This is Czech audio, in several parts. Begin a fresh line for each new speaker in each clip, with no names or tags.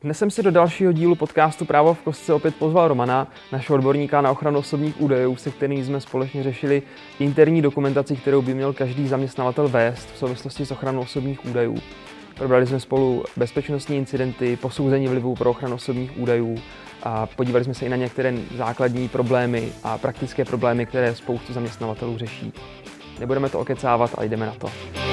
Dnes jsem si do dalšího dílu podcastu Právo v kostce opět pozval Romana, našeho odborníka na ochranu osobních údajů, se kterým jsme společně řešili interní dokumentaci, kterou by měl každý zaměstnavatel vést v souvislosti s ochranou osobních údajů. Probrali jsme spolu bezpečnostní incidenty, posouzení vlivu pro ochranu osobních údajů a podívali jsme se i na některé základní problémy a praktické problémy, které spoustu zaměstnavatelů řeší. Nebudeme to okecávat a jdeme na to.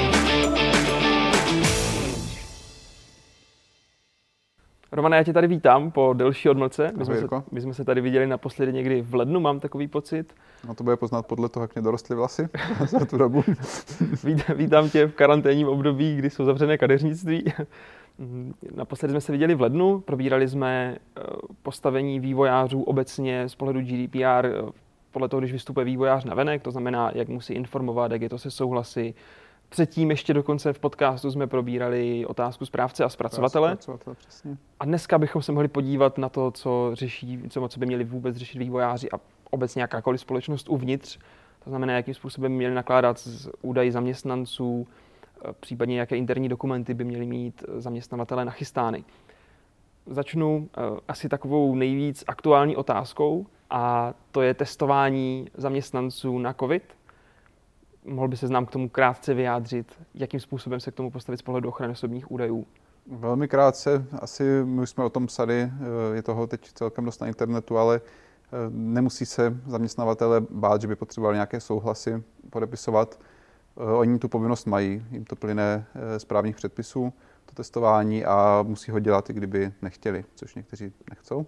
Romane, já tě tady vítám po delší odmlce. My jsme se tady viděli naposledy někdy v lednu, mám takový pocit.
No to bude poznat podle toho, jak mě dorostly vlasy za tu dobu.
Vítám tě v karanténním období, kdy jsou zavřené kadeřnictví. Naposledy jsme se viděli v lednu, probírali jsme postavení vývojářů obecně z pohledu GDPR, podle toho, když vystupuje vývojář navenek, to znamená, jak musí informovat, jak je to se souhlasy. Předtím ještě dokonce v podcastu jsme probírali otázku správce a zpracovatele.
Přesně.
A dneska bychom se mohli podívat na to, co by měli vůbec řešit vývojáři a obecně jakákoliv společnost uvnitř. To znamená, jakým způsobem by měli nakládat s údaji zaměstnanců, případně jaké interní dokumenty by měli mít zaměstnavatelé nachystány. Začnu asi takovou nejvíc aktuální otázkou a to je testování zaměstnanců na COVID. Mohl by se nám k tomu krátce vyjádřit, jakým způsobem se k tomu postavit z pohledu ochrany osobních údajů?
Velmi krátce, asi my už jsme o tom psali, je toho teď celkem dost na internetu, ale nemusí se zaměstnavatele bát, že by potřebovali nějaké souhlasy podepisovat. Oni tu povinnost mají, jim to plyne z právních předpisů, to testování, a musí ho dělat, i kdyby nechtěli, což někteří nechcou.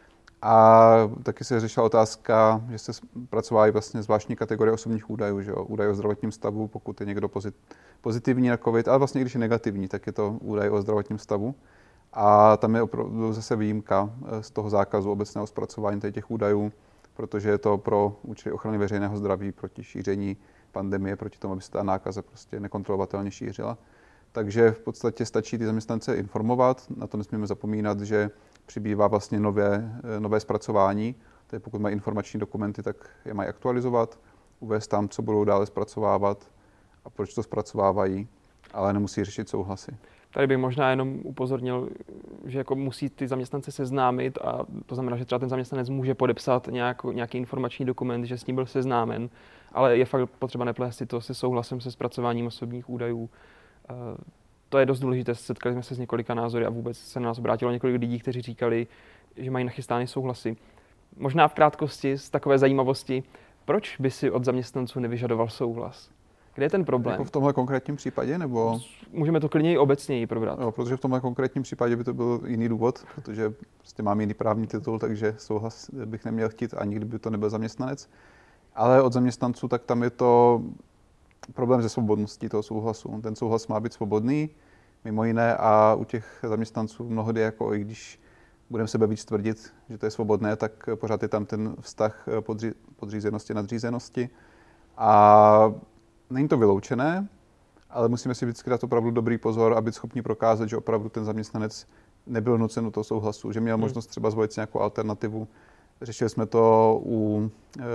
A taky se řešila otázka, že se zpracovávají vlastně zvláštní kategorie osobních údajů, že jo? Údaj o zdravotním stavu, pokud je někdo pozitivní na COVID, ale vlastně když je negativní, tak je to údaj o zdravotním stavu. A tam je opravdu zase výjimka z toho zákazu obecného zpracování těch údajů, protože je to pro účely ochrany veřejného zdraví proti šíření pandemie, proti tomu, aby se ta nákaza prostě nekontrolovatelně šířila. Takže v podstatě stačí ty zaměstnance informovat, na to nesmíme zapomínat, že přibývá vlastně nové zpracování, tedy pokud mají informační dokumenty, tak je mají aktualizovat, uvést tam, co budou dále zpracovávat a proč to zpracovávají, ale nemusí řešit souhlasy.
Tady bych možná jenom upozornil, že jako musí ty zaměstnance seznámit, a to znamená, že třeba ten zaměstnanec může podepsat nějaký informační dokument, že s ním byl seznámen, ale je fakt potřeba neplést si to se souhlasem se zpracováním osobních údajů. To je dost důležité, setkali jsme se s několika názory a vůbec se na nás obrátilo několik lidí, kteří říkali, že mají nachystány souhlasy. Možná v krátkosti z takové zajímavosti, proč by si od zaměstnanců nevyžadoval souhlas? Kde je ten problém?
Jako v tomhle konkrétním případě, nebo?
Můžeme to klidně i obecněji probrat.
No, protože v tomhle konkrétním případě by to byl jiný důvod, protože prostě mám jiný právní titul, takže souhlas bych neměl chtít, ani kdyby to nebyl zaměstnanec. Ale od zaměstnanců, tak tam je to problém se svobodností toho souhlasu. Ten souhlas má být svobodný, mimo jiné, a u těch zaměstnanců mnohdy, jako i když budeme sebe víc tvrdit, že to je svobodné, tak pořád je tam ten vztah podřízenosti, nadřízenosti. A není to vyloučené, ale musíme si vždycky dát opravdu dobrý pozor a být schopni prokázat, že opravdu ten zaměstnanec nebyl nucen do toho souhlasu, že měl možnost třeba zvolit si nějakou alternativu. Řešili jsme to u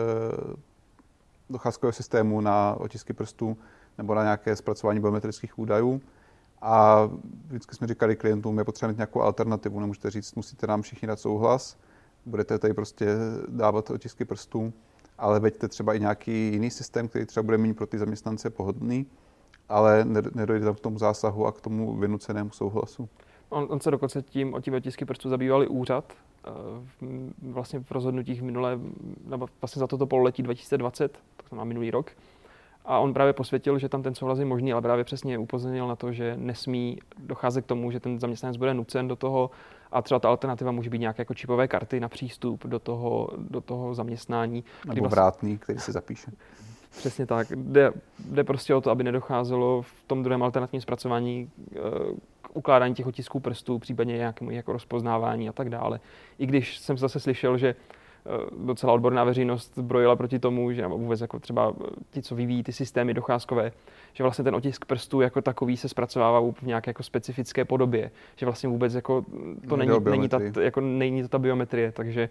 docházkového systému na otisky prstů nebo na nějaké zpracování biometrických údajů. A vždycky jsme říkali klientům, je potřeba mít nějakou alternativu. Nemůžete říct, musíte nám všichni dát souhlas, budete tady prostě dávat otisky prstů, ale veďte třeba i nějaký jiný systém, který třeba bude méně pro ty zaměstnance pohodlný, ale nedojde tam k tomu zásahu a k tomu vynucenému souhlasu.
On se dokonce tím otisky prstů zabýval i úřad. Vlastně v rozhodnutích vlastně za toto pololetí 2020, to znamená minulý rok. A on právě posvětil, že tam ten souhlas je možný, ale právě přesně upozornil na to, že nesmí docházet k tomu, že ten zaměstnanec bude nucen do toho, a třeba ta alternativa může být nějaké jako čipové karty na přístup do toho zaměstnání.
Nebo vrátný, který se zapíše.
Přesně tak. Jde prostě o to, aby nedocházelo v tom druhém alternativním zpracování k ukládání těch otisků prstů, případně nějakému jako rozpoznávání a tak dále. I když jsem zase slyšel, že docela odborná veřejnost brojila proti tomu, že vůbec jako třeba ti, co vyvíjí ty systémy docházkové, že vlastně ten otisk prstů jako takový se zpracovává v nějaké jako specifické podobě, že vlastně vůbec jako to není to ta biometrie, takže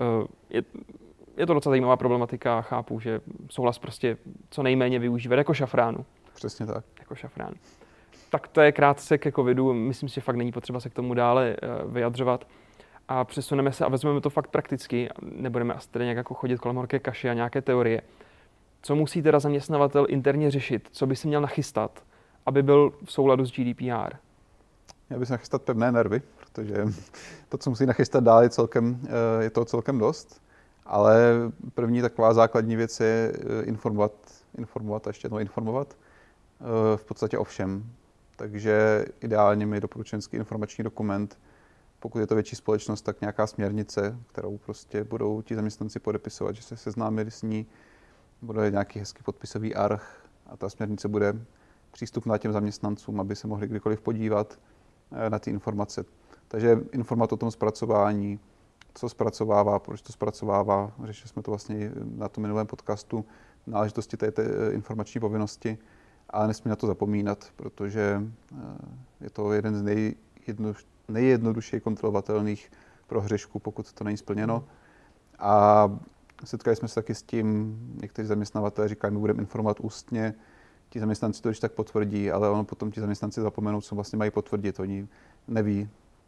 je to docela zajímavá problematika a chápu, že souhlas prostě co nejméně využívat jako šafránu.
Přesně tak.
Jako šafrán. Tak to je krátce ke covidu. Myslím si, že fakt není potřeba se k tomu dále vyjadřovat. A přesuneme se a vezmeme to fakt prakticky. Nebudeme asi tady nějak jako chodit kolem horké kaše a nějaké teorie. Co musí teda zaměstnavatel interně řešit? Co by si měl nachystat, aby byl v souladu s GDPR?
Já bych si nachystat pevné nervy, protože to, co musí nachystat dál, je to celkem dost. Ale první taková základní věc je informovat a ještě jednou informovat v podstatě o všem. Takže ideálně mi doporučenský informační dokument, pokud je to větší společnost, tak nějaká směrnice, kterou prostě budou ti zaměstnanci podepisovat, že se seznámili s ní, bude nějaký hezký podpisový arch a ta směrnice bude přístupná těm zaměstnancům, aby se mohli kdykoliv podívat na ty informace. Takže informovat o tom zpracování, co zpracovává, proč to zpracovává. Řešili jsme to vlastně na tom minulém podcastu, náležitosti té informační povinnosti, ale nesmí na to zapomínat, protože je to jeden z nejjednodušeji kontrolovatelných prohřešků, pokud to není splněno. A setkali jsme se taky s tím, někteří zaměstnavatelé říkají, my budeme informovat ústně, ti zaměstnanci to když tak potvrdí, ale ono potom ti zaměstnanci zapomenou, co vlastně mají potvrdit. Oni neví,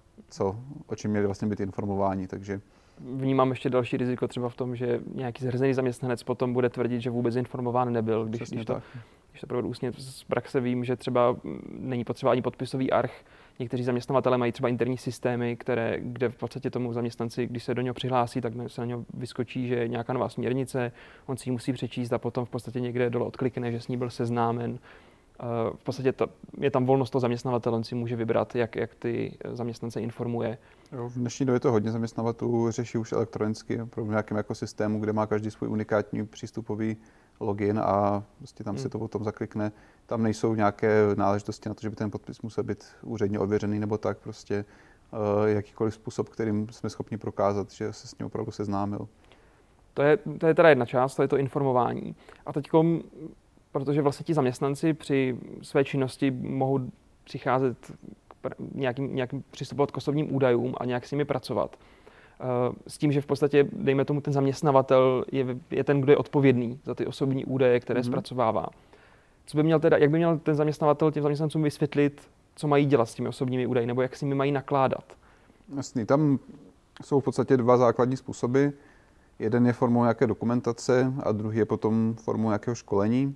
o čem měli vlastně být informováni, takže...
Vnímám ještě další riziko třeba v tom, že nějaký zhrzený zaměstnanec potom bude tvrdit, že vůbec informován nebyl, když to provedu ústně. Z praxe vím, že třeba není potřeba ani podpisový arch. Někteří zaměstnavatelé mají třeba interní systémy, kde v podstatě tomu zaměstnanci, když se do něho přihlásí, tak se na něho vyskočí, že je nějaká nová směrnice, on si ji musí přečíst a potom v podstatě někde dole odklikne, že s ní byl seznámen. V podstatě je tam volnost toho zaměstnavatele, on si může vybrat, jak ty zaměstnance informuje.
Jo, v dnešní době to hodně zaměstnavatelů řeší už elektronicky pro nějakém jako systému, kde má každý svůj unikátní přístupový login a prostě tam se to potom zaklikne. Tam nejsou nějaké náležitosti na to, že by ten podpis musel být úředně ověřený nebo tak, prostě jakýkoliv způsob, kterým jsme schopni prokázat, že se s ním opravdu seznámil.
To je teda jedna část, to je to informování. A teďkom, protože vlastně ti zaměstnanci při své činnosti mohou přicházet nějakým přistupovat k osobním údajům a nějak s nimi pracovat. S tím, že v podstatě, dejme tomu, ten zaměstnavatel je ten, kdo je odpovědný za ty osobní údaje, které zpracovává. Jak by měl ten zaměstnavatel těm zaměstnancům vysvětlit, co mají dělat s těmi osobními údaji, nebo jak s nimi mají nakládat?
Jasný, tam jsou v podstatě dva základní způsoby. Jeden je formou nějaké dokumentace a druhý je potom formou nějakého školení.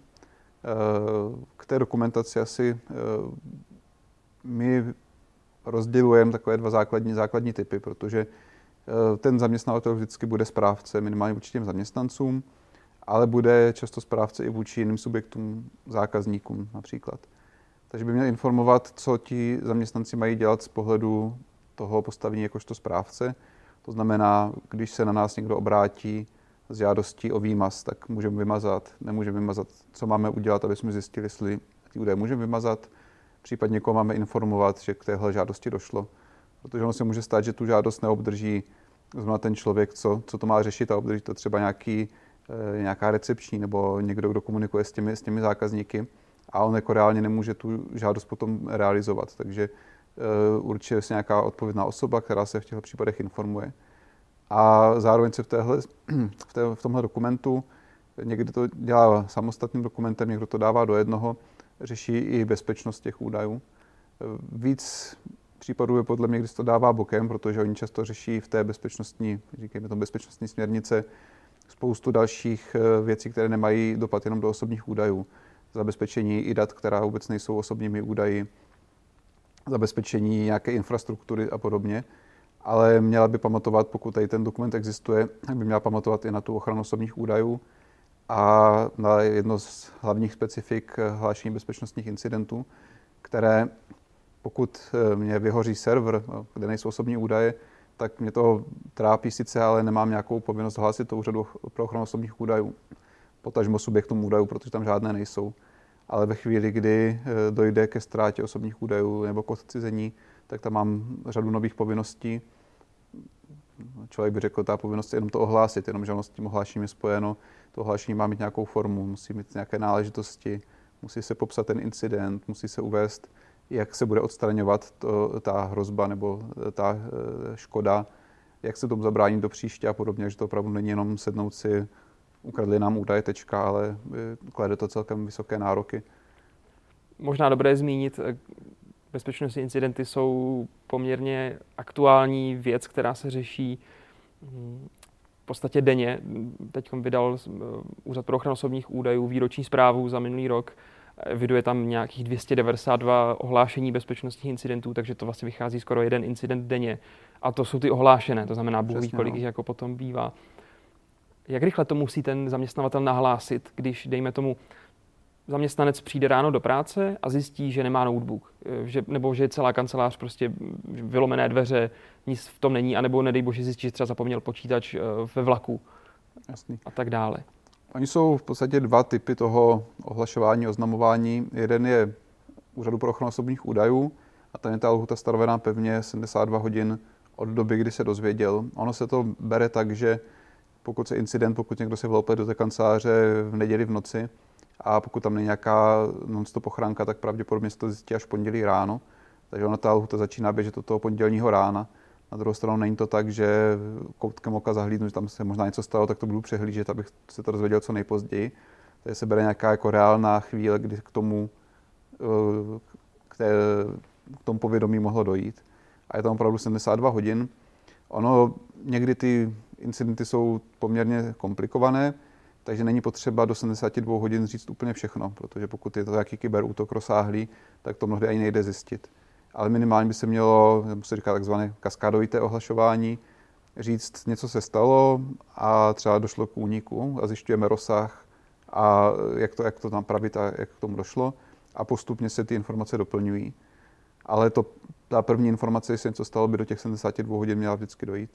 K té dokumentaci asi my rozdělujeme takové dva základní typy, protože ten zaměstnavatel vždycky bude správce minimálně vůči těm zaměstnancům, ale bude často správce i vůči jiným subjektům, zákazníkům například. Takže by měl informovat, co ti zaměstnanci mají dělat z pohledu toho postavení jakožto správce. To znamená, když se na nás někdo obrátí s žádostí o výmaz, tak můžeme vymazat, nemůžeme vymazat, co máme udělat, aby jsme zjistili, jestli ty údaje můžeme vymazat, případně koho máme informovat, že k téhle žádosti došlo. Protože ono se může stát, že tu žádost neobdrží znamená ten člověk, co to má řešit a obdrží to třeba nějaká recepční nebo někdo, kdo komunikuje s těmi zákazníky a on jako reálně nemůže tu žádost potom realizovat. Takže určitě je nějaká odpovědná osoba, která se v těchto případech informuje. A zároveň se v tomhle dokumentu, někdy to dělá samostatným dokumentem, někdo to dává do jednoho, řeší i bezpečnost těch údajů. Víc případů je podle mě, když to dává bokem, protože oni často řeší v té bezpečnostní směrnice spoustu dalších věcí, které nemají dopad jenom do osobních údajů. Zabezpečení i dat, která vůbec nejsou osobními údaji, zabezpečení nějaké infrastruktury a podobně. Ale měla by pamatovat, pokud tady ten dokument existuje, by měla pamatovat i na tu ochranu osobních údajů a na jedno z hlavních specifik hlášení bezpečnostních incidentů, které pokud mě vyhoří server, kde nejsou osobní údaje, tak mě to trápí sice, ale nemám nějakou povinnost hlásit to úřadu pro ochranu osobních údajů, potažmo subjektům údajů, protože tam žádné nejsou. Ale ve chvíli, kdy dojde ke ztrátě osobních údajů nebo k odcizení, tak tam mám řadu nových povinností. Člověk by řekl, ta povinnost je jenom to ohlásit, jenomže ono s tím ohlášením je spojeno. To ohlášení má mít nějakou formu, musí mít nějaké náležitosti, musí se popsat ten incident, musí se uvést, jak se bude odstraňovat ta hrozba nebo ta škoda, jak se tomu zabránit do příště a podobně, že to opravdu není jenom sednout si, ukradli nám údaje, ale klade to celkem vysoké nároky.
možná dobré zmínit, bezpečnostní incidenty jsou poměrně aktuální věc, která se řeší v podstatě denně. Teď vydal Úřad pro ochranu osobních údajů výroční zprávu za minulý rok. Eviduje tam nějakých 292 ohlášení bezpečnostních incidentů, takže to vlastně vychází skoro jeden incident denně. A to jsou ty ohlášené, to znamená, Bůh ví, kolik jich jako potom bývá. Jak rychle to musí ten zaměstnavatel nahlásit, když, dejme tomu, zaměstnanec přijde ráno do práce a zjistí, že nemá notebook, nebo že je celá kancelář prostě vylomené dveře, nic v tom není, anebo nedej bože zjistí, že třeba zapomněl počítač ve vlaku.
Jasný.
A tak dále.
Oni jsou v podstatě dva typy toho ohlašování, oznamování. Jeden je Úřadu pro ochranu osobních údajů a tam je ta lhůta stanovená pevně 72 hodin od doby, kdy se dozvěděl. Ono se to bere tak, že pokud někdo se vloupe do té kanceláře v neděli v noci a pokud tam není nějaká non-stop ochránka, tak pravděpodobně se to zjistí až v pondělí ráno. Takže ona ta lhůta začíná běžet od toho pondělního rána. Na druhou stranu není to tak, že koutkem oka zahlídnu, že tam se možná něco stalo, tak to budu přehlížet, abych se to dozvěděl co nejpozději. Takže se bere nějaká jako reálná chvíle, kdy k tomu povědomí mohlo dojít. A je tam opravdu 72 hodin. Ono, někdy ty incidenty jsou poměrně komplikované, takže není potřeba do 72 hodin říct úplně všechno, protože pokud je to nějaký kyberútok rozsáhlý, tak to mnohdy ani nejde zjistit. Ale minimálně by se mělo, nebo se říká takzvané kaskádovité ohlašování, říct, něco se stalo a třeba došlo k úniku a zjišťujeme rozsah a jak to napravit a jak k tomu došlo a postupně se ty informace doplňují. Ale ta první informace, jestli něco stalo, by do těch 72 hodin měla vždycky dojít.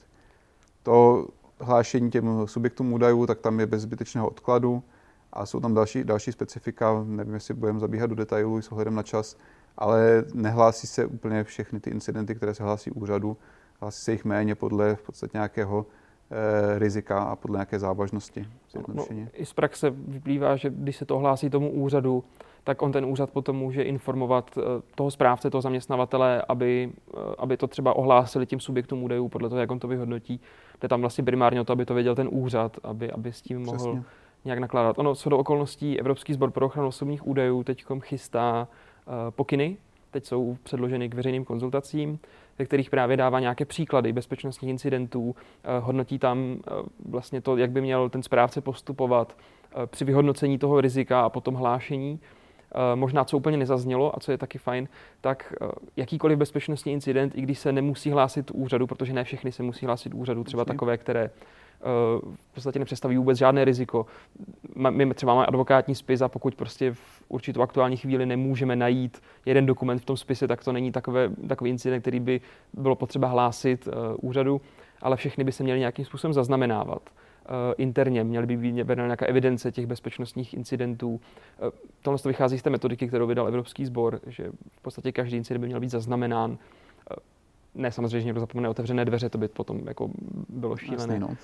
To hlášení těm subjektům údajů, tak tam je bez zbytečného odkladu a jsou tam další specifika, nevím, jestli budeme zabíhat do detailů s ohledem na čas, ale nehlásí se úplně všechny ty incidenty, které se hlásí úřadu, hlásí se jich méně podle v podstatě nějakého rizika a podle nějaké závažnosti.
No, i z praxe vyplývá, že když se to hlásí tomu úřadu, tak on ten úřad potom může informovat toho správce, toho zaměstnavatele, aby to třeba ohlásili tím subjektům údajů podle toho, jak on to vyhodnotí. Jde tam vlastně primárně o to, aby to věděl ten úřad, aby s tím mohl nějak nakládat. Ono, shodou okolností, Evropský sbor pro ochranu osobních údajů teď chystá pokyny, teď jsou předloženy k veřejným konzultacím, ve kterých právě dává nějaké příklady bezpečnostních incidentů, hodnotí tam vlastně to, jak by měl ten správce postupovat při vyhodnocení toho rizika a potom hlášení. Možná, co úplně nezaznělo a co je taky fajn, tak jakýkoliv bezpečnostní incident, i když se nemusí hlásit úřadu, protože ne všechny se musí hlásit úřadu, třeba takové, které v podstatě nepředstaví vůbec žádné riziko. My třeba máme advokátní spis a pokud prostě v určitou aktuální chvíli nemůžeme najít jeden dokument v tom spise, tak to není takový incident, který by bylo potřeba hlásit úřadu, ale všechny by se měly nějakým způsobem zaznamenávat. Interně měly by být vedena nějaká evidence těch bezpečnostních incidentů. Tohle to vychází z té metodiky, kterou vydal Evropský sbor, že v podstatě každý incident by měl být zaznamenán. Ne, samozřejmě, že někdo zapomene otevřené dveře, to by potom jako bylo šílené.
No.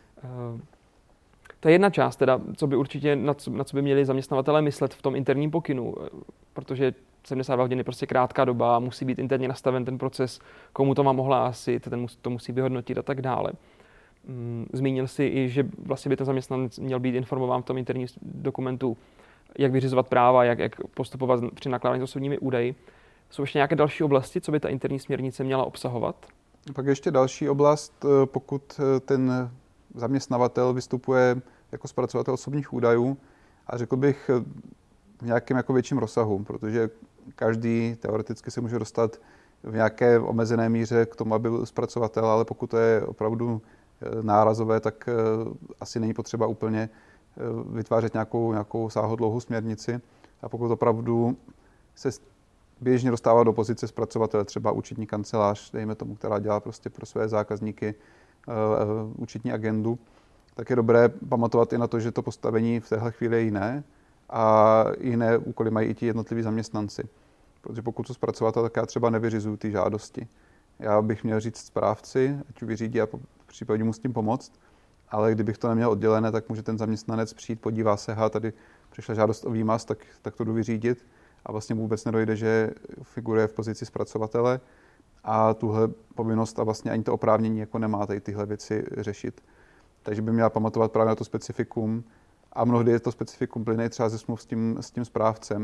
To je jedna část, teda, co by určitě, na co by měli zaměstnavatelé myslet v tom interním pokynu, protože 72 hodin je prostě krátká doba, musí být interně nastaven ten proces, komu to mám ohlásit, ten to musí vyhodnotit a tak dále. Zmínil si i, že vlastně by ten zaměstnanec měl být informován v tom interním dokumentu, jak vyřizovat práva, jak postupovat při nakládání s osobními údaji. Jsou ještě nějaké další oblasti, co by ta interní směrnice měla obsahovat?
Pak ještě další oblast, pokud ten zaměstnavatel vystupuje jako zpracovatel osobních údajů a řekl bych v nějakém jako větším rozsahu, protože každý teoreticky se může dostat v nějaké omezené míře k tomu, aby byl zpracovatel, ale pokud to je opravdu nárazové, tak asi není potřeba úplně vytvářet nějakou sáhodlouhou směrnici. A pokud opravdu se běžně dostává do pozice zpracovatele, třeba účetní kancelář, dejme tomu, která dělá prostě pro své zákazníky účetní agendu, tak je dobré pamatovat i na to, že to postavení v téhle chvíli je jiné a jiné úkoly mají i ti jednotliví zaměstnanci. Protože pokud jsou zpracovatel, tak já třeba nevyřizuju ty žádosti. Já bych měl říct správci, ať vyřídí a případně mu s tím pomoct, ale kdybych to neměl oddělené, tak může ten zaměstnanec přijít, podívá se, tady přišla žádost o výmaz, tak to jdu vyřídit a vlastně vůbec nedojde, že figuruje v pozici zpracovatele a tuhle povinnost a vlastně ani to oprávnění jako nemá tady tyhle věci řešit. Takže by měla pamatovat právě na to specifikum a mnohdy je to specifikum plyne třeba ze smluv s tím správcem,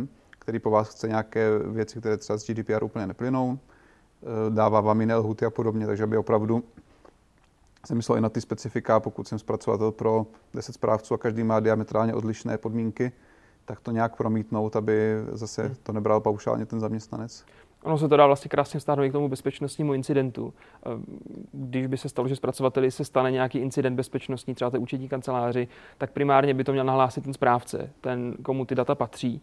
který po vás chce nějaké věci, které třeba z GDPR úplně neplynou, dává vám jiné lhuty a podobně, takže aby opravdu jsem myslel i na ty specifika, pokud jsem zpracovatel pro 10 správců a každý má diametrálně odlišné podmínky, tak to nějak promítnout, aby zase to nebral paušálně ten zaměstnanec.
Ono se to dá vlastně krásně stáhnout k tomu bezpečnostnímu incidentu. Když by se stalo, že zpracovateli se stane nějaký incident bezpečnostní, třeba té účetní kanceláři, tak primárně by to měl nahlásit ten správce, ten, komu ty data patří.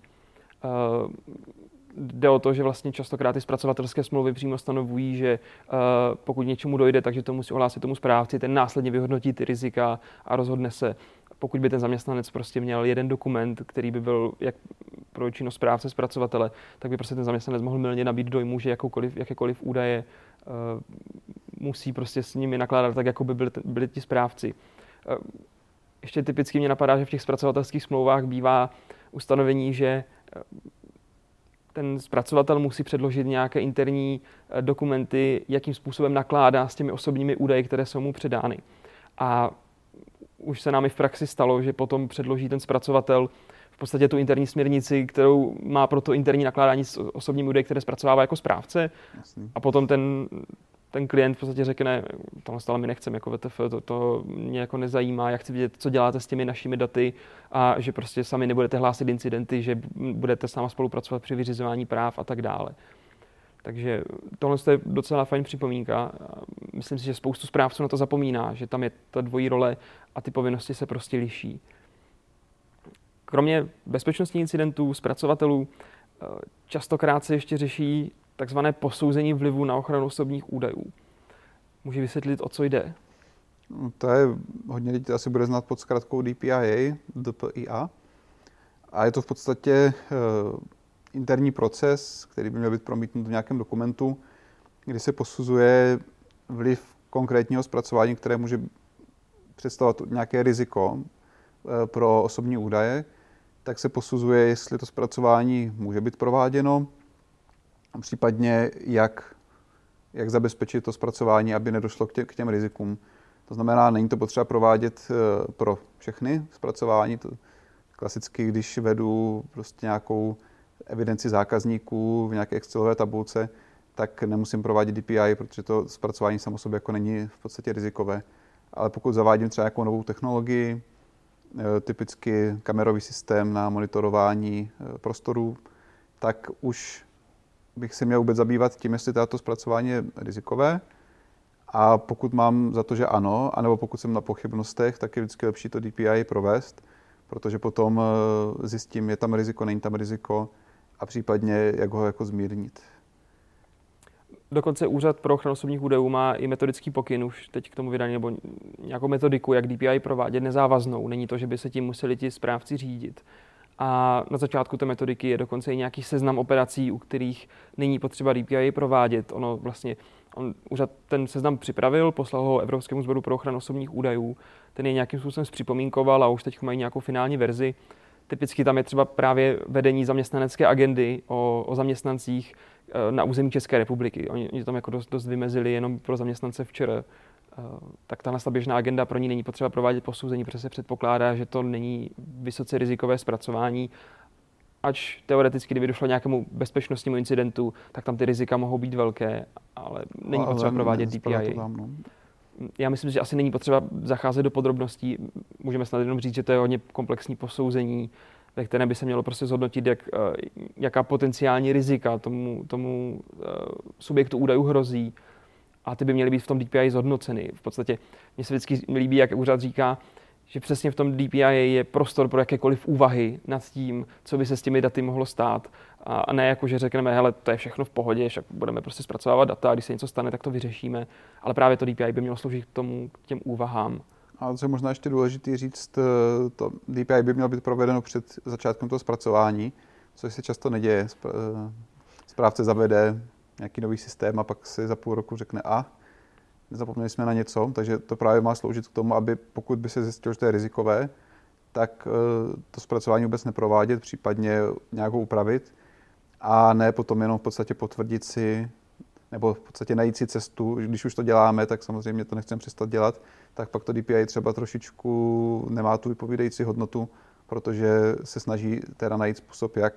Jde o to, že vlastně častokrát ty zpracovatelské smlouvy přímo stanovují, že pokud něčemu dojde, takže to musí ohlásit tomu správci, ten následně vyhodnotí ty rizika a rozhodne se. Pokud by ten zaměstnanec prostě měl jeden dokument, který by byl jak pro činnost správce zpracovatele, tak by prostě ten zaměstnanec mohl mylně nabít dojmu, že jakékoliv údaje musí prostě s nimi nakládat tak, jako by byli ti správci. Ještě typicky mě napadá, že v těch zpracovatelských smlouvách bývá ustanovení, že ten zpracovatel musí předložit nějaké interní dokumenty, jakým způsobem nakládá s těmi osobními údaji, které jsou mu předány. A už se nám i v praxi stalo, že potom předloží ten zpracovatel v podstatě tu interní směrnici, kterou má pro to interní nakládání s osobními údaji, které zpracovává jako správce. Jasný. A potom ten klient v podstatě řekne, tohle stále my nechceme jako VTF, to mě jako nezajímá, já chci vidět, co děláte s těmi našimi daty a že prostě sami nebudete hlásit incidenty, že budete s náma spolupracovat při vyřizování práv a tak dále. Takže tohle je docela fajn připomínka. Myslím si, že spoustu správců na to zapomíná, že tam je ta dvojí role a ty povinnosti se prostě liší. Kromě bezpečnostních incidentů, zpracovatelů, častokrát se ještě řeší takzvané posouzení vlivu na ochranu osobních údajů. Může vysvětlit, o co jde?
No, to je, hodně lidí asi bude znát pod zkratkou DPIA, DPIA. A je to v podstatě interní proces, který by měl být promítnut v nějakém dokumentu, kdy se posuzuje vliv konkrétního zpracování, které může představovat nějaké riziko pro osobní údaje, tak se posuzuje, jestli to zpracování může být prováděno, a případně jak zabezpečit to zpracování, aby nedošlo k těm rizikům. To znamená, není to potřeba provádět pro všechny zpracování. To klasicky, když vedu prostě nějakou evidenci zákazníků v nějaké Excelové tabulce, tak nemusím provádět DPI, protože to zpracování samo sobě jako není v podstatě rizikové. Ale pokud zavádím třeba nějakou novou technologii, typicky kamerový systém na monitorování prostorů, tak už bych se měl vůbec zabývat tím, jestli to zpracování je rizikové. A pokud mám za to, že ano, anebo pokud jsem na pochybnostech, tak je vždycky lepší to DPI provést, protože potom zjistím, je tam riziko, není tam riziko a případně jak ho jako zmírnit.
Dokonce Úřad pro ochranu osobních údajů má i metodický pokyn už teď k tomu vydaný, nebo nějakou metodiku, jak DPI provádět nezávaznou. Není to, že by se tím museli ti správci řídit. A na začátku té metodiky je dokonce i nějaký seznam operací, u kterých není potřeba DPI provádět. Úřad ten seznam připravil, poslal ho Evropskému sboru pro ochranu osobních údajů, ten je nějakým způsobem zpřipomínkoval a už teď mají nějakou finální verzi. Typicky tam je třeba právě vedení zaměstnanecké agendy o zaměstnancích na území České republiky. Oni tam jako dost vymezili jenom pro zaměstnance včera. Tak tahle běžná agenda pro ní není potřeba provádět posouzení, protože se předpokládá, že to není vysoce rizikové zpracování. Ač teoreticky, kdyby došlo nějakému bezpečnostnímu incidentu, tak tam ty rizika mohou být velké, ale není potřeba provádět DPI. Já myslím, že asi není potřeba zacházet do podrobností. Můžeme snad jenom říct, že to je hodně komplexní posouzení, ve kterém by se mělo prostě zhodnotit, jaká potenciální rizika tomu subjektu údajů hrozí. A ty by měly být v tom DPI zhodnoceny. V podstatě mně se vždycky líbí, jak úřad říká, že přesně v tom DPI je prostor pro jakékoliv úvahy nad tím, co by se s těmi daty mohlo stát. A ne jako, že řekneme, hele, to je všechno v pohodě, však budeme prostě zpracovávat data a když se něco stane, tak to vyřešíme. Ale právě to DPI by mělo sloužit k těm úvahám.
A co je možná ještě důležité říct, to DPI by mělo být provedeno před začátkem toho zpracování, což se často neděje. Správce zavede nějaký nový systém a pak si za půl roku řekne nezapomněli jsme na něco, takže to právě má sloužit k tomu, aby pokud by se zjistilo, že to je rizikové, tak to zpracování vůbec neprovádět, případně nějakou upravit a ne potom jenom v podstatě potvrdit si nebo v podstatě najít si cestu. Když už to děláme, tak samozřejmě to nechceme přestat dělat, tak pak to DPI třeba trošičku nemá tu vypovídající hodnotu, protože se snaží teda najít způsob, jak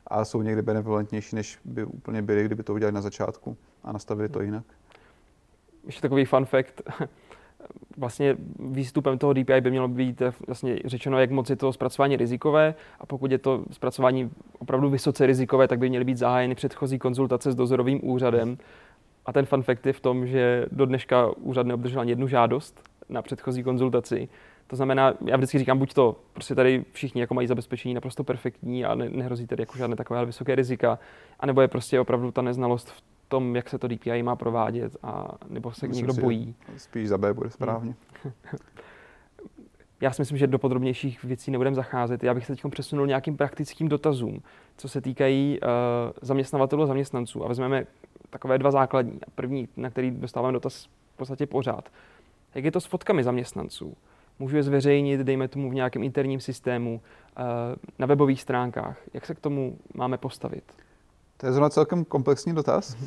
a jsou někdy benevolentnější, než by úplně byly, kdyby to udělali na začátku a nastavili to jinak.
Ještě takový fun fact. Vlastně výstupem toho DPI by mělo být vlastně řečeno, jak moc je to zpracování rizikové, a pokud je to zpracování opravdu vysoce rizikové, tak by měly být zahájeny předchozí konzultace s dozorovým úřadem. A ten fun fact je v tom, že do dneška úřad neobdržel ani jednu žádost na předchozí konzultaci. To znamená, já vždycky říkám, buď to prostě tady všichni jako mají zabezpečení naprosto perfektní a nehrozí tady jako žádné takové vysoké rizika, anebo je prostě opravdu ta neznalost v tom, jak se to DPI má provádět, a nebo se někdo bojí.
Spíš za B bude správně.
Já si myslím, že do podrobnějších věcí nebudeme zacházet. Já bych se teď přesunul nějakým praktickým dotazům, co se týkají zaměstnavatelů a zaměstnanců. A vezmeme takové dva základní. A první, na který dostáváme dotaz v podstatě pořád. Jak je to s fotkami zaměstnanců? Můžu je zveřejnit, dejme tomu, v nějakém interním systému, na webových stránkách. Jak se k tomu máme postavit?
To je zrovna celkem komplexní dotaz,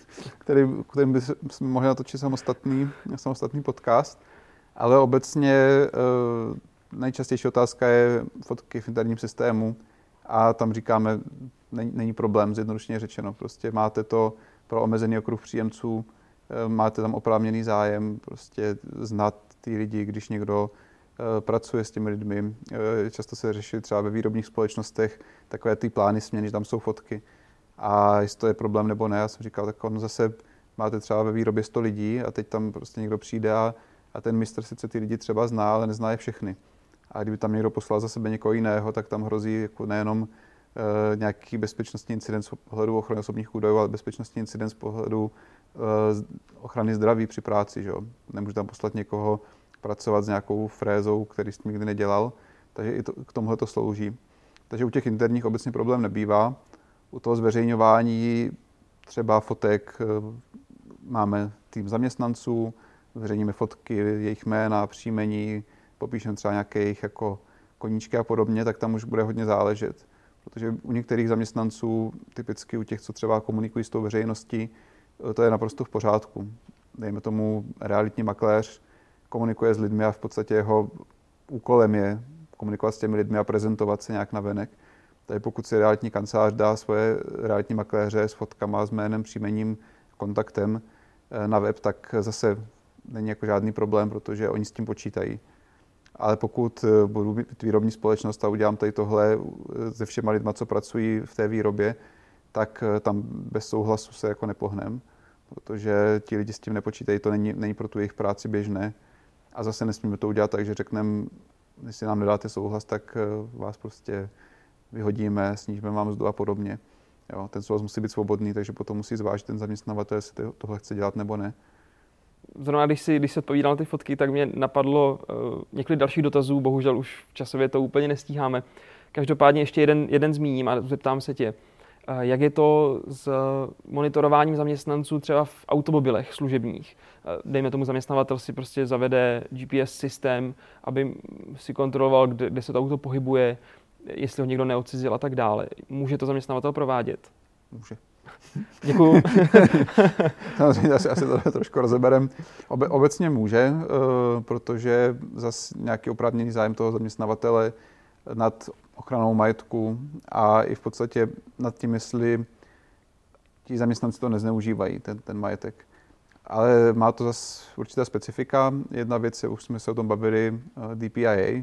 kterým bychom mohli natočit samostatný podcast, ale obecně nejčastější otázka je fotky v interním systému a tam říkáme, není problém, zjednodušeně řečeno. Prostě máte to pro omezený okruh příjemců, máte tam oprávněný zájem, prostě znát ty lidi, když někdo pracuje s těmi lidmi. Často se řeší třeba ve výrobních společnostech takové ty plány směny, že tam jsou fotky. A jestli to je problém nebo ne, já jsem říkal, tak on zase máte třeba ve výrobě 100 lidí a teď tam prostě někdo přijde a ten mistr sice ty lidi třeba zná, ale nezná je všechny. A kdyby tam někdo poslal za sebe někoho jiného, tak tam hrozí jako nejenom nějaký bezpečnostní incident z pohledu ochrany osobních údajů, ale bezpečnostní incident z pohledu ochrany zdraví při práci. Že jo? Nemůže tam poslat někoho pracovat s nějakou frézou, který s tím nikdy nedělal, takže i k tomuhle to slouží. Takže u těch interních obecně problém nebývá. U toho zveřejňování třeba fotek máme tým zaměstnanců, zveřejníme fotky, jejich jména, příjmení, popíšeme třeba nějaké jejich jako koníčky a podobně, tak tam už bude hodně záležet. Protože u některých zaměstnanců, typicky u těch, co třeba komunikují s tou veřejností, to je naprosto v pořádku. Dejme tomu, realitní makléř komunikuje s lidmi a v podstatě jeho úkolem je komunikovat s těmi lidmi a prezentovat se nějak navenek. Takže pokud si realitní kancelář dá svoje realitní makléře s fotkama, s jménem, příjmením, kontaktem na web, tak zase není jako žádný problém, protože oni s tím počítají. Ale pokud budu mít výrobní společnost a udělám tady tohle se všema lidma, co pracují v té výrobě, tak tam bez souhlasu se jako nepohnem, protože ti lidi s tím nepočítají, to není pro tu jejich práci běžné. A zase nesmíme to udělat tak, že řekneme, jestli nám nedáte souhlas, tak vás prostě vyhodíme, snížíme vám mzdu a podobně. Jo, ten souhlas musí být svobodný, takže potom musí zvážit ten zaměstnavatel, jestli tohle chce dělat nebo ne.
Zrovna když se odpovídal na ty fotky, tak mě napadlo několik dalších dotazů, bohužel už časově to úplně nestíháme. Každopádně ještě jeden zmíním a zeptám se tě. Jak je to s monitorováním zaměstnanců třeba v automobilech služebních? Dejme tomu, zaměstnavatel si prostě zavede GPS systém, aby si kontroloval, kde se to auto pohybuje, jestli ho někdo neodcizil a tak dále. Může to zaměstnavatel provádět?
Může.
Děkuju.
Samozřejmě asi to trošku rozeberem. Obecně může, protože zase nějaký oprávněný zájem toho zaměstnavatele nad ochranou majetku a i v podstatě nad tím, jestli ti zaměstnanci to nezneužívají, ten majetek. Ale má to zase určitá specifika. Jedna věc je, už jsme se o tom bavili, DPIA,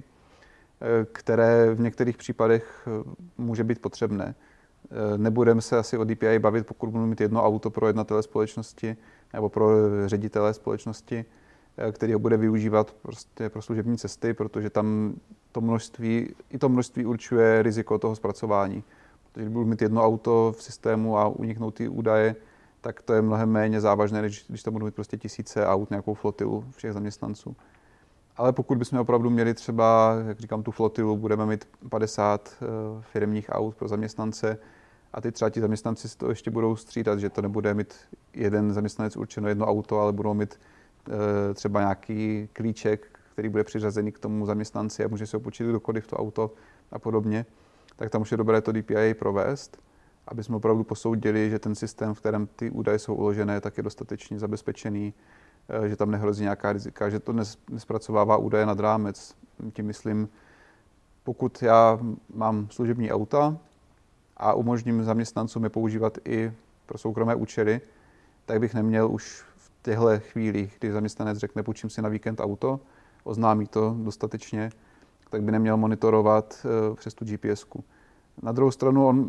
které v některých případech může být potřebné. Nebudeme se asi o DPI bavit, pokud budu mít jedno auto pro jednatele společnosti nebo pro ředitele společnosti, který ho bude využívat prostě pro služební cesty, protože tam to množství určuje riziko toho zpracování. Protože když budu mít jedno auto v systému a uniknou ty údaje, tak to je mnohem méně závažné, než když tam budu mít prostě tisíce aut, nějakou flotilu všech zaměstnanců. Ale pokud bychom opravdu měli třeba, jak říkám, tu flotilu, budeme mít 50 firemních aut pro zaměstnance a ty třeba ti zaměstnanci si to ještě budou střídat, že to nebude mít jeden zaměstnanec určeno jedno auto, ale budou mít třeba nějaký klíček, který bude přiřazený k tomu zaměstnanci a může si ho počítat kdokoliv to auto a podobně, tak tam už je dobré to DPIA provést, aby jsme opravdu posoudili, že ten systém, v kterém ty údaje jsou uložené, tak je dostatečně zabezpečený, že tam nehrozí nějaká rizika, že to nespracovává údaje nad rámec. Tím myslím, pokud já mám služební auta a umožním zaměstnancům je používat i pro soukromé účely, tak bych neměl už v těchto chvílích, kdy zaměstnanec řekne, půjčím si na víkend auto, oznámí to dostatečně, tak by neměl monitorovat přes tu GPS-ku. Na druhou stranu on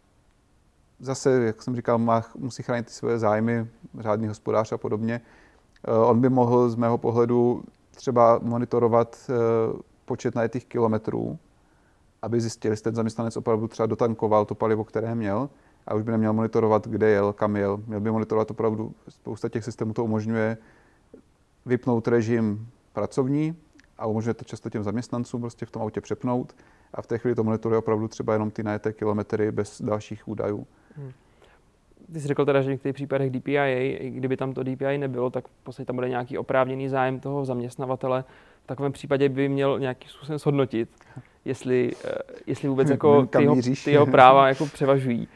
zase, jak jsem říkal, musí chránit své zájmy, řádný hospodář a podobně. On by mohl z mého pohledu třeba monitorovat počet najetých kilometrů, aby zjistil, jestli ten zaměstnanec opravdu třeba dotankoval to palivo, které měl, a už by neměl monitorovat, kde jel, kam jel. Měl by monitorovat opravdu, spousta těch systémů to umožňuje vypnout režim pracovní a umožňuje to často těm zaměstnancům prostě v tom autě přepnout a v té chvíli to monitoruje opravdu třeba jenom ty najeté kilometry bez dalších údajů.
Ty jsi řekl teda, že v některých případech DPIA, kdyby tam to DPIA nebylo, tak v podstatě tam bude nějaký oprávněný zájem toho zaměstnavatele. V takovém případě by měl nějakým způsobem shodnotit, jestli vůbec jako ty jeho práva jako převažují.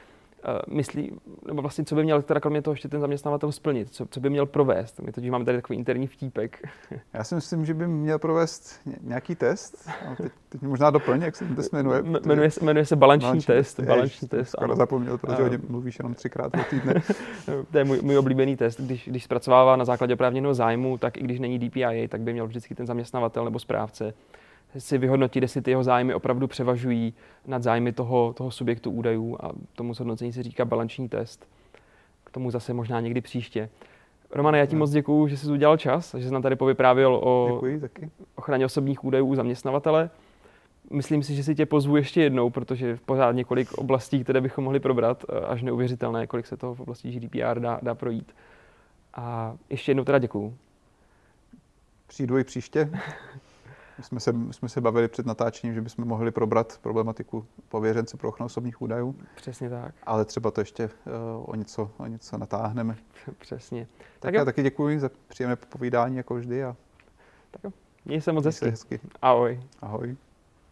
Nebo vlastně, co by měl teda kromě toho ještě ten zaměstnavatel splnit, co by měl provést. My totiž máme tady takový interní vtípek.
Já si myslím, že by měl provést nějaký test. Teď možná doplň, jak se ten test jmenuje.
Jmenuje se balanční test. Balanční test,
skoro zapomněl, protože hodně mluvíš jenom 3krát do týdne.
To je můj oblíbený test. Když zpracovává na základě oprávněného zájmu, tak i když není DPIA, tak by měl vždycky ten zaměstnavatel nebo správce si vyhodnotit, jestli ty jeho zájmy opravdu převažují nad zájmy toho subjektu údajů, a tomu zhodnocení se říká balanční test. K tomu zase možná někdy příště. Romane, já ti moc děkuju, že jsi udělal čas, že jsi nám tady povyprávěl o ochraně osobních údajů u zaměstnavatele. Myslím si, že si tě pozvu ještě jednou, protože pořád několik oblastí, které bychom mohli probrat, až neuvěřitelné, kolik se toho v oblasti GDPR dá projít. A ještě jednou teda děkuju.
Přijdu i příště. My jsme se bavili před natáčením, že bychom mohli probrat problematiku pověřence pro ochranu osobních údajů.
Přesně tak.
Ale třeba to ještě o něco natáhneme.
Přesně.
Tak já taky děkuji za příjemné povídání, jako vždy.
Tak jo. Měj se moc hezky.
hezky.
Ahoj.
Ahoj.